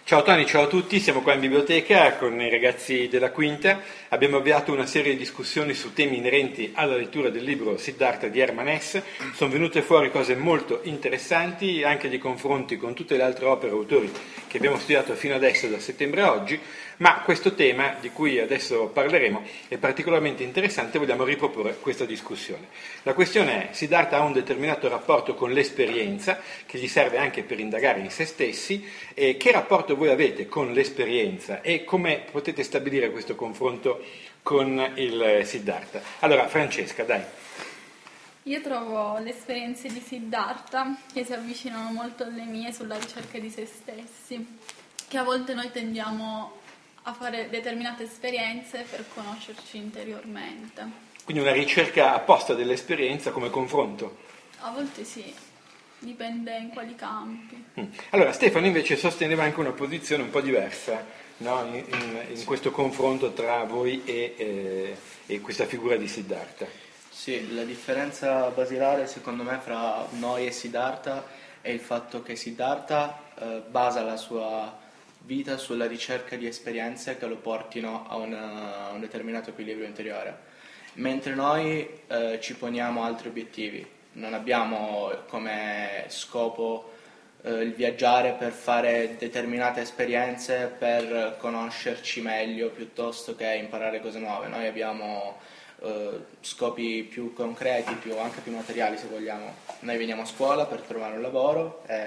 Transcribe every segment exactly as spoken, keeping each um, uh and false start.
Ciao Tony, ciao a tutti, siamo qua in biblioteca con i ragazzi della quinta. Abbiamo avviato una serie di discussioni su temi inerenti alla lettura del libro Siddhartha di Hermann Hesse. Sono venute fuori cose molto interessanti, anche di confronti con tutte le altre opere e autori che abbiamo studiato fino adesso, da settembre a oggi, ma questo tema di cui adesso parleremo è particolarmente interessante e vogliamo riproporre questa discussione. La questione è: Siddhartha ha un determinato rapporto con l'esperienza che gli serve anche per indagare in se stessi, e che rapporto voi avete con l'esperienza e come potete stabilire questo confronto con il Siddhartha? Allora, Francesca, dai. Io trovo le esperienze di Siddhartha che si avvicinano molto alle mie sulla ricerca di se stessi, che a volte noi tendiamo a fare determinate esperienze per conoscerci interiormente. Quindi una ricerca apposta dell'esperienza come confronto? A volte sì, dipende in quali campi. Mm. Allora, Stefano invece sosteneva anche una posizione un po' diversa, no? in, in, in questo confronto tra voi e, eh, e questa figura di Siddhartha. Sì, la differenza basilare secondo me fra noi e Siddhartha è il fatto che Siddhartha eh, basa la sua vita sulla ricerca di esperienze che lo portino a, una, a un determinato equilibrio interiore, mentre noi eh, ci poniamo altri obiettivi. Non abbiamo come scopo eh, il viaggiare per fare determinate esperienze per conoscerci meglio piuttosto che imparare cose nuove. Noi abbiamo eh, scopi più concreti, più, anche più materiali se vogliamo. Noi veniamo a scuola per trovare un lavoro e,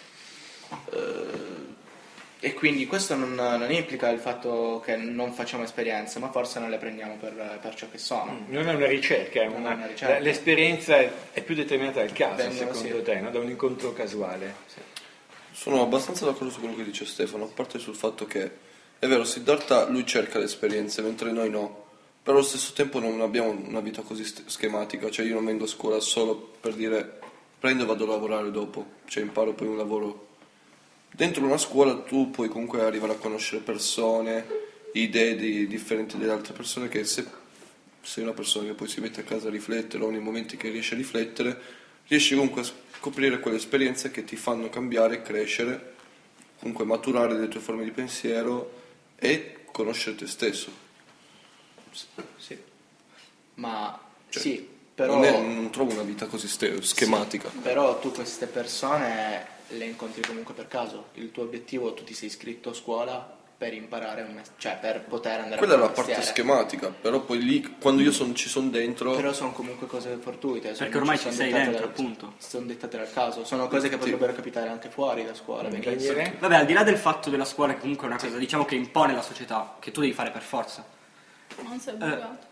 eh, e quindi questo non, non implica il fatto che non facciamo esperienze, ma forse non le prendiamo per, per ciò che sono. Non è una ricerca, è una, una ricerca. L'esperienza è, è più determinata dal caso, Vengono, secondo sì. te, no? Da un incontro casuale. Sì. Sono abbastanza d'accordo su quello che dice Stefano, a parte sul fatto che è vero, Siddhartha lui cerca le esperienze, mentre noi no, però allo stesso tempo non abbiamo una vita così schematica, cioè io non vengo a scuola solo per dire prendo e vado a lavorare dopo, cioè imparo poi un lavoro. Dentro una scuola tu puoi comunque arrivare a conoscere persone, idee di, differenti dalle altre persone, che se sei una persona che poi si mette a casa a riflettere o nei momenti che riesci a riflettere, riesci comunque a scoprire quelle esperienze che ti fanno cambiare, crescere, comunque maturare le tue forme di pensiero e conoscere te stesso. Sì. Ma Cioè, sì, però non, è, non trovo una vita così ste- schematica. Sì, però tu queste persone le incontri comunque per caso. Il tuo obiettivo, tu ti sei iscritto a scuola per imparare un mestiere, cioè per poter andare Quella a è fare la un parte mestiere. schematica, però poi lì quando io son, ci sono dentro. Però sono comunque cose fortuite, sono- Perché ormai sono ci sei dettate dentro, dal- appunto. Sono dettate dal caso, sono cose che potrebbero capitare anche fuori da scuola. benissimo. Daniele? Vabbè, al di là del fatto della scuola, che comunque è una cosa, diciamo, che impone la società, che tu devi fare per forza. Non sei obbligato.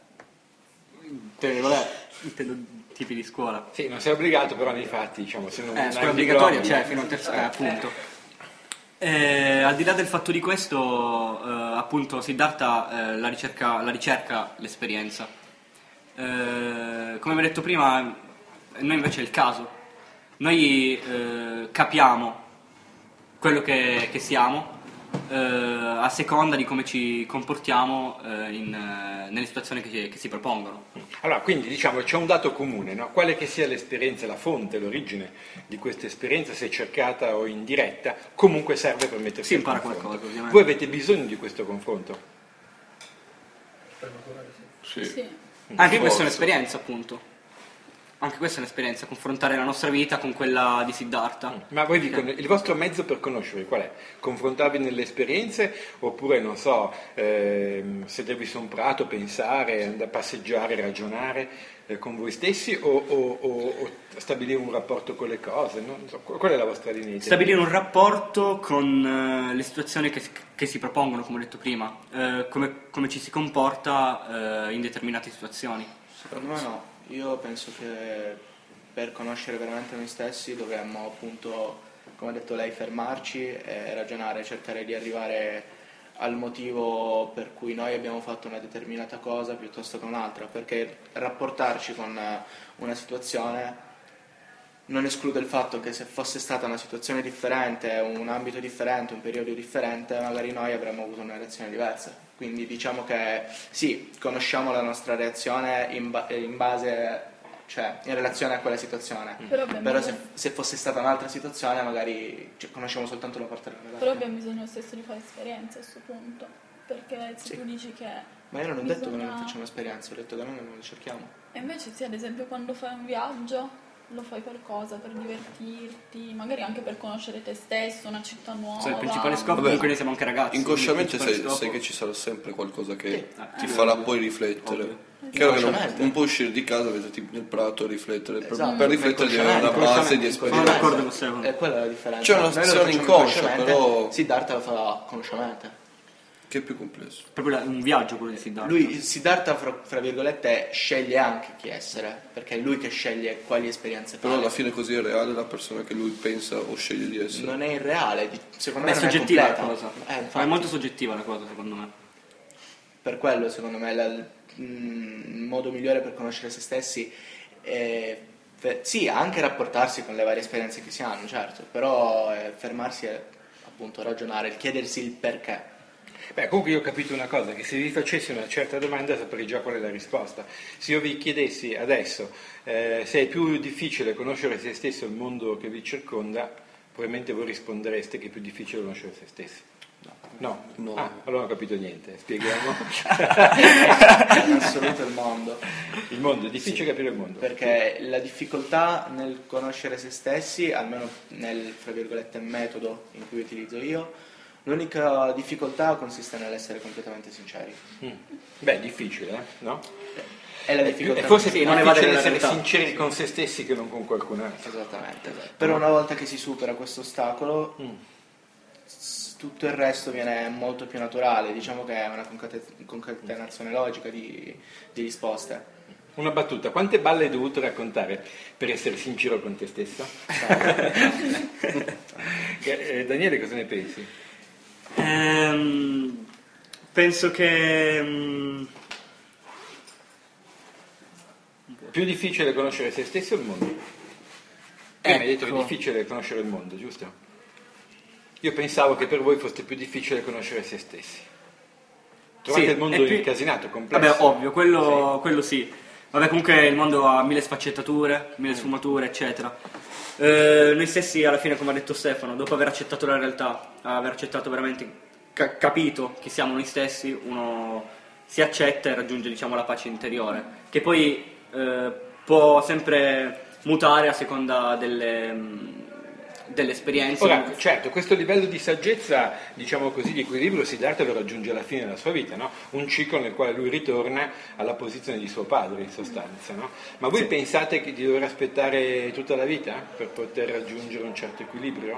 Intendo tipi di scuola. Sì, non sei obbligato, però nei fatti, diciamo, se non Eh, hai scuola un obbligatoria, diploma- cioè fino al terzo, eh, appunto. Eh, al di là del fatto di questo, eh, appunto, Siddhartha eh, la ricerca, la ricerca l'esperienza. Eh, come vi ho detto prima, noi invece è il caso. Noi eh, capiamo quello che, che siamo eh, a seconda di come ci comportiamo eh, in, eh, nelle situazioni che, che si propongono. Allora, quindi diciamo c'è un dato comune, no? Quale che sia l'esperienza, la fonte, l'origine di questa esperienza, se cercata o indiretta, comunque serve per mettersi Si in impara confronto. qualcosa, ovviamente. Voi avete bisogno di questo confronto? Sì. Sì. Anche questa è Forza. un'esperienza, appunto. Anche questa è un'esperienza, confrontare la nostra vita con quella di Siddhartha. Ma voi dico, il vostro mezzo per conoscervi qual è? Confrontarvi nelle esperienze oppure, non so, ehm, sedervi su un prato, pensare, andare a passeggiare, ragionare eh, con voi stessi o, o- o- o stabilire un rapporto con le cose? Non so, qual è la vostra linea? di Stabilire un rapporto con eh, le situazioni che, si- che si propongono, come ho detto prima, eh, come, come ci si comporta eh, in determinate situazioni. Secondo me no, io penso che per conoscere veramente noi stessi dovremmo appunto, come ha detto lei, fermarci e ragionare, cercare di arrivare al motivo per cui noi abbiamo fatto una determinata cosa piuttosto che un'altra, perché rapportarci con una situazione non esclude il fatto che se fosse stata una situazione differente, un ambito differente, un periodo differente, magari noi avremmo avuto una reazione diversa. Quindi diciamo che sì, conosciamo la nostra reazione in, ba- in base cioè in relazione a quella situazione. Però abbiamo Però bisogno- se, se fosse stata un'altra situazione magari cioè, conosciamo soltanto una parte della medaglia. Però abbiamo bisogno stesso di fare esperienza a questo punto, perché se Sì. tu dici che... Ma io non ho detto che non bisogna- facciamo esperienze, ho detto che noi non le cerchiamo. E invece sì, ad esempio quando fai un viaggio lo fai per cosa? Per divertirti, magari anche per conoscere te stesso, una città nuova. Cioè, il principale scopo, Vabbè, comunque noi siamo anche ragazzi. Inconsciamente quindi il sai, principale sai scopo- che ci sarà sempre qualcosa che Sì. ti Eh. farà poi riflettere. Ovvio. Chiaro che non, Inconsciamente. non puoi uscire di casa, metti nel prato a riflettere. Per- Esatto. Per riflettere devi avere una Inconsciamente. base di Sono esperienza. d'accordo con Stefano. E quella è la differenza. C'è una Noi lo azione facciamo inconscia, inconsciamente, però- Siddhartha lo fa consciamente. Che è più complesso. Proprio la- un viaggio quello di Siddhartha. Lui, Siddhartha, fra, fra virgolette, sceglie anche chi essere, perché è lui che sceglie quali esperienze Però fare. alla fine così è reale la persona che lui pensa o sceglie di essere. Non è irreale, di- secondo È me non soggettiva è la completa. cosa. Eh, Ma infatti, è molto soggettiva la cosa, secondo me. per quello, secondo me, la- mm, il modo migliore per conoscere se stessi è fe- sì, anche rapportarsi con le varie esperienze che si hanno, certo, però è fermarsi e appunto ragionare, il chiedersi il perché. Beh, comunque io ho capito una cosa, che se vi facessi una certa domanda saprei già qual è la risposta. Se io vi chiedessi adesso eh, se è più difficile conoscere se stessi o il mondo che vi circonda, probabilmente voi rispondereste che è più difficile conoscere se stessi. No? No. Ah, allora non ho capito niente, spieghiamo. In assoluto il mondo. Il mondo, è difficile capire il mondo. Perché la difficoltà nel conoscere se stessi, almeno nel fra virgolette metodo in cui utilizzo io, l'unica difficoltà consiste nell'essere completamente sinceri. Mm. Beh, è difficile, eh? No? È la È più- difficoltà. è forse Sì, più non difficile evadere la essere realtà. sinceri con se stessi che non con qualcun altro. Esattamente. Però una volta che si supera questo ostacolo, Mm. s- tutto il resto viene molto più naturale. Diciamo che è una concate- concatenazione logica di, di risposte. Una battuta, quante balle hai dovuto raccontare per essere sincero con te stesso? Eh, Daniele, cosa ne pensi? Ehm, penso che... mm, Più difficile conoscere se stessi o il mondo? Prima hai detto che è Ecco. difficile conoscere il mondo, giusto? Io pensavo che per voi fosse più difficile conoscere se stessi. Trovate Sì, il mondo è più- incasinato, complesso? Vabbè, ovvio, quello quello sì. Vabbè, comunque il mondo ha mille sfaccettature, mille sfumature, eccetera. Eh, noi stessi, alla fine, come ha detto Stefano, dopo aver accettato la realtà, aver accettato veramente, ca- capito chi siamo noi stessi, uno si accetta e raggiunge, diciamo, la pace interiore, che poi eh, può sempre mutare a seconda delle, mh, delle esperienze. Ora, certo, questo livello di saggezza, diciamo così, di equilibrio, Siddhartha lo raggiunge alla fine della sua vita, no? Un ciclo nel quale lui ritorna alla posizione di suo padre, in sostanza, no? Ma voi pensate che di dover aspettare tutta la vita per poter raggiungere un certo equilibrio?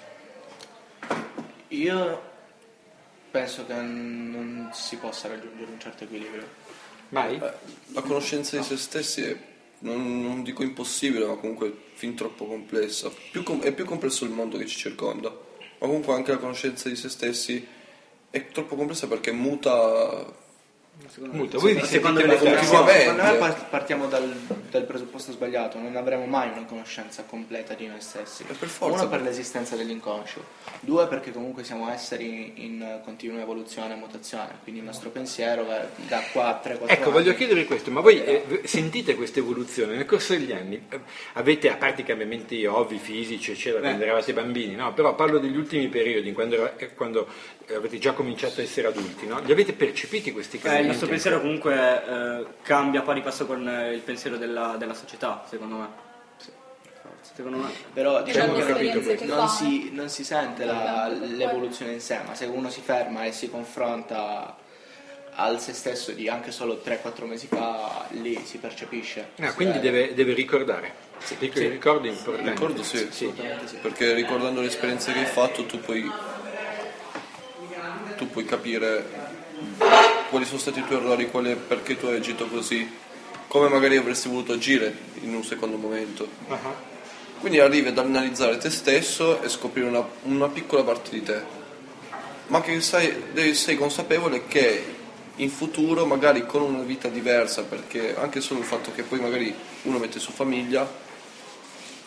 Io penso che non si possa raggiungere un certo equilibrio. Mai? Eh, La conoscenza di se stessi è, non, non dico impossibile, ma comunque fin troppo complessa. Più com- è più complesso il mondo che ci circonda, ma comunque anche la conoscenza di se stessi è troppo complessa perché muta. Muta. Voi vi secondo sentite me le continuamente. cose? Secondo me par- partiamo dal, dal presupposto sbagliato, non avremo mai una conoscenza completa di noi stessi. E per forza. Uno per l'esistenza dell'inconscio, due perché comunque siamo esseri in continua evoluzione e mutazione, quindi il nostro pensiero va da qua a tre quattro Ecco, anni. voglio chiedere questo, ma voi eh, sentite questa evoluzione nel corso degli anni? Eh, avete, a parte i cambiamenti ovvi, fisici, eccetera, quando eravate bambini, no? Però parlo degli ultimi periodi, quando, era- eh, quando avete già cominciato a essere adulti, no? Li avete percepiti questi Eh, il cambiamenti? nostro pensiero comunque eh, cambia pari passo con eh, il pensiero della, della società, secondo me. Secondo me. Però diciamo le che esperienze che non fa. si, non si sente la- Abbiamo- l'evoluzione in sé, ma se uno si ferma e si confronta al se stesso di anche solo tre quattro mesi fa, lì si percepisce. Ah, Si quindi vede. deve, deve ricordare. Dico, Il ricordo è importante. Ricordo sì, Assolutamente sì. perché ricordando le esperienze che hai fatto tu puoi, tu puoi capire quali sono stati i tuoi errori, quali- perché tu hai agito così, come magari avresti voluto agire in un secondo momento. Ah, Quindi arrivi ad analizzare te stesso e scoprire una, una piccola parte di te, ma che sai, devi- sei consapevole che in futuro, magari con una vita diversa, perché anche solo il fatto che poi magari uno mette su famiglia,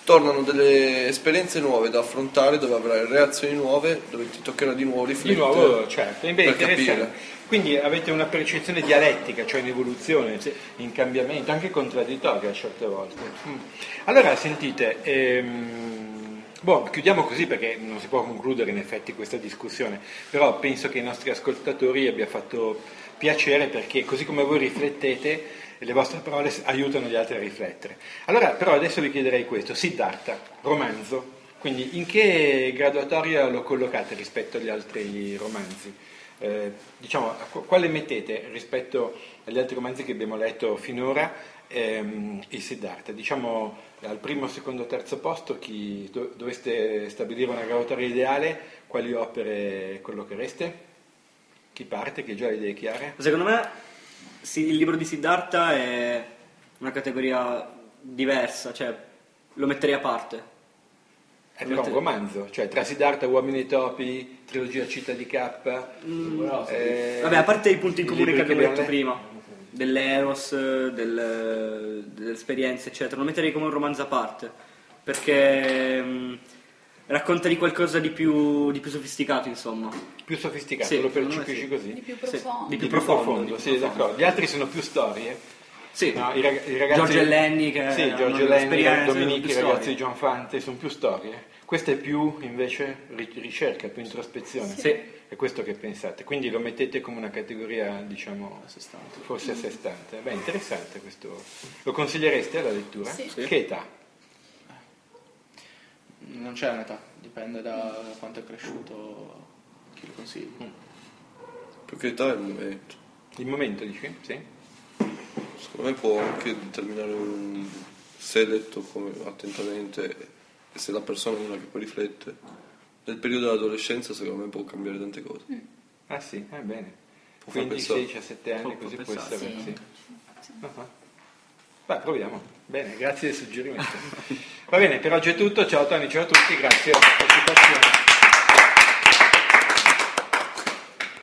tornano delle esperienze nuove da affrontare, dove avrai reazioni nuove, dove ti toccherà di nuovo Di riflettere. nuovo, certo, è ben per interessante. capire. Quindi avete una percezione dialettica, cioè in evoluzione, in cambiamento, anche contraddittoria a certe volte. Mm. Allora, sentite, ehm, boh, chiudiamo così perché non si può concludere in effetti questa discussione, però penso che ai nostri ascoltatori abbia fatto piacere perché così come voi riflettete, le vostre parole aiutano gli altri a riflettere. Allora, però adesso vi chiederei questo, Siddhartha, romanzo, quindi in che graduatoria lo collocate rispetto agli altri romanzi? Eh, diciamo, quale mettete rispetto agli altri romanzi che abbiamo letto finora ehm, il Siddhartha? Diciamo al primo, secondo, terzo posto, chi do, doveste stabilire una graduatoria ideale, quali opere collochereste? Chi parte? Chi ha già le idee chiare? Secondo me sì, il libro di Siddhartha è una categoria diversa, cioè lo metterei a parte. È però un romanzo, cioè tra Siddhartha, Uomini e Topi, trilogia Città di K. Mm, eh, Vabbè, a parte i punti in i comune che libri abbiamo abbiamo detto prima, dell'eros, del, delle esperienze, eccetera, lo metterei come un romanzo a parte, perché mh, racconta di qualcosa di più, di più sofisticato, insomma. Più sofisticato, Sì, lo secondo me percepisci sì. così? Di più Sì, profondo. di Di più più profondo, profondo, di sì, più profondo. d'accordo. Gli altri sono più storie. Sì, No, i, rag- i ragazzi Giorgio e Lenny che sì, hanno Giorgio delle Lenny, esperienze, Dominichi, più i ragazzi storie. di John Fante, sono più storie. Questa è più invece ri- ricerca, più introspezione. Sì. È questo che pensate. Quindi lo mettete come una categoria, diciamo, a sé stante. forse a sé stante. Beh, interessante questo. Lo consigliereste alla lettura? Sì. Sì. Che età? Non c'è un'età, dipende da quanto è cresciuto chi lo consiglia. Più che età è il momento. Il momento, dici? Sì? Secondo me può anche determinare un... se è letto come attentamente e se la persona è una che poi riflette. Nel periodo dell'adolescenza secondo me può cambiare tante cose. Ah sì, va bene. Può far quindici, pensare. diciassette anni, Può- può così può pensare, essere. sì. Sì. Uh-huh. Beh, proviamo. Bene, grazie del suggerimento. Va bene, per oggi è tutto. Ciao Tony, ciao a tutti, grazie per la partecipazione.